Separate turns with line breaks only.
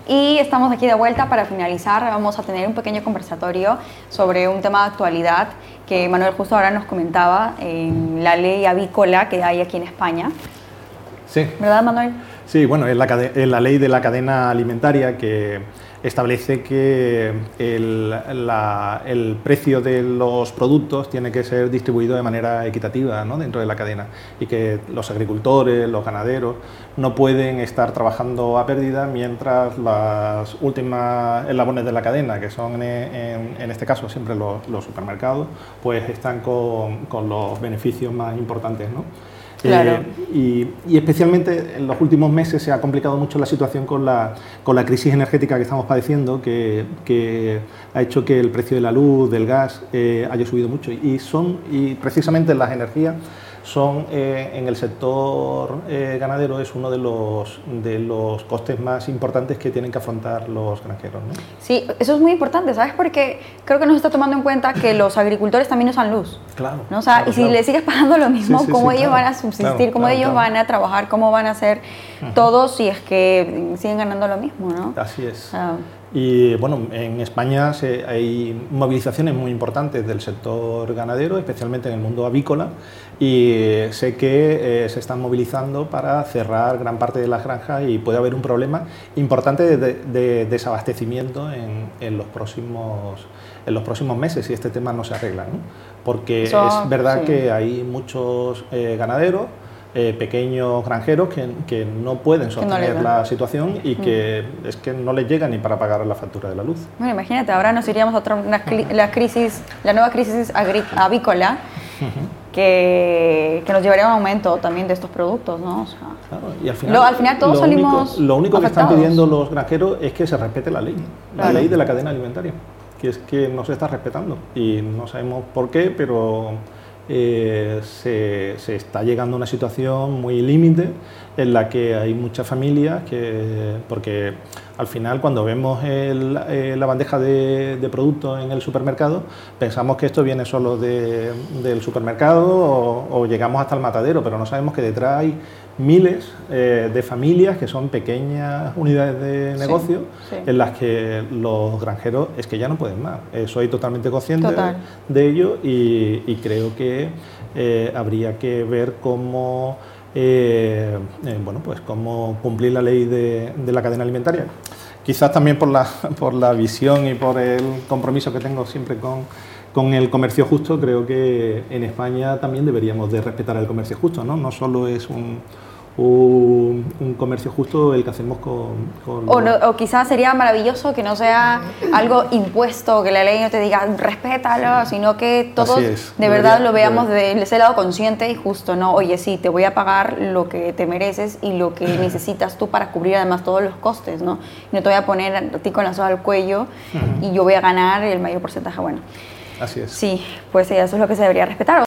Y estamos aquí de vuelta para finalizar. Vamos a tener un pequeño conversatorio sobre un tema de actualidad que Manuel justo ahora nos comentaba en la ley avícola que hay aquí en España.
Sí.
¿Verdad, Manuel?
Sí, bueno, es la ley de la cadena alimentaria que establece que el precio de los productos tiene que ser distribuido de manera equitativa, ¿no?, dentro de la cadena, y que los agricultores, los ganaderos no pueden estar trabajando a pérdida mientras las últimas eslabones de la cadena, que son en este caso siempre los supermercados, pues están con los beneficios más importantes, ¿no?
Claro.
Y especialmente en los últimos meses se ha complicado mucho la situación con la crisis energética que estamos padeciendo, que ha hecho que el precio de la luz, del gas, haya subido mucho. Y precisamente las energías son, en el sector ganadero, es uno de los costes más importantes que tienen que afrontar los granjeros, ¿no?
Sí, eso es muy importante, ¿sabes? Porque creo que no se está tomando en cuenta que los agricultores también usan luz.
Claro.
¿No? O sea,
claro,
y si le sigues pagando lo mismo, ¿cómo ellos van a subsistir? ¿Cómo ellos van a trabajar? ¿Cómo van a hacer todo si es que siguen ganando lo mismo, ¿no?
Así es. Y bueno, en España hay movilizaciones muy importantes del sector ganadero, especialmente en el mundo avícola, y sé que se están movilizando para cerrar gran parte de las granjas y puede haber un problema importante de desabastecimiento en los próximos meses si este tema no se arregla, ¿no? Porque es verdad que hay muchos ganaderos, pequeños granjeros que no pueden sostener la situación y que es que no les llega ni para pagar la factura de la luz.
Bueno, imagínate, ahora nos iríamos a la nueva crisis avícola que nos llevaría a un aumento también de estos productos, ¿no? O sea,
claro, y al final
todos salimos
lo único que
afectados.
están pidiendo los granjeros es que se respete la ley, la ley de la cadena alimentaria, que es que no se está respetando y no sabemos por qué, pero se está llegando a una situación muy límite en la que hay muchas familias porque al final cuando vemos la bandeja de productos en el supermercado pensamos que esto viene solo del supermercado o llegamos hasta el matadero, pero no sabemos que detrás hay miles de familias que son pequeñas unidades de negocio en las que los granjeros es que ya no pueden más. Soy totalmente consciente de ello y creo que habría que ver cómo cómo cumplir la ley de la cadena alimentaria. Quizás también por la visión y por el compromiso que tengo siempre con el comercio justo, creo que en España también deberíamos de respetar el comercio justo, ¿no? No solo es un comercio justo el que hacemos
o quizás sería maravilloso que no sea algo impuesto, que la ley no te diga respétalo, sino que todos verdad lo veamos de ese lado consciente y justo, ¿no? Oye, sí, te voy a pagar lo que te mereces y lo que necesitas tú para cubrir además todos los costes, ¿no? Y no te voy a poner a ti con la soga al cuello y yo voy a ganar el mayor porcentaje. Bueno,
así es.
Sí, pues eso es lo que se debería respetar.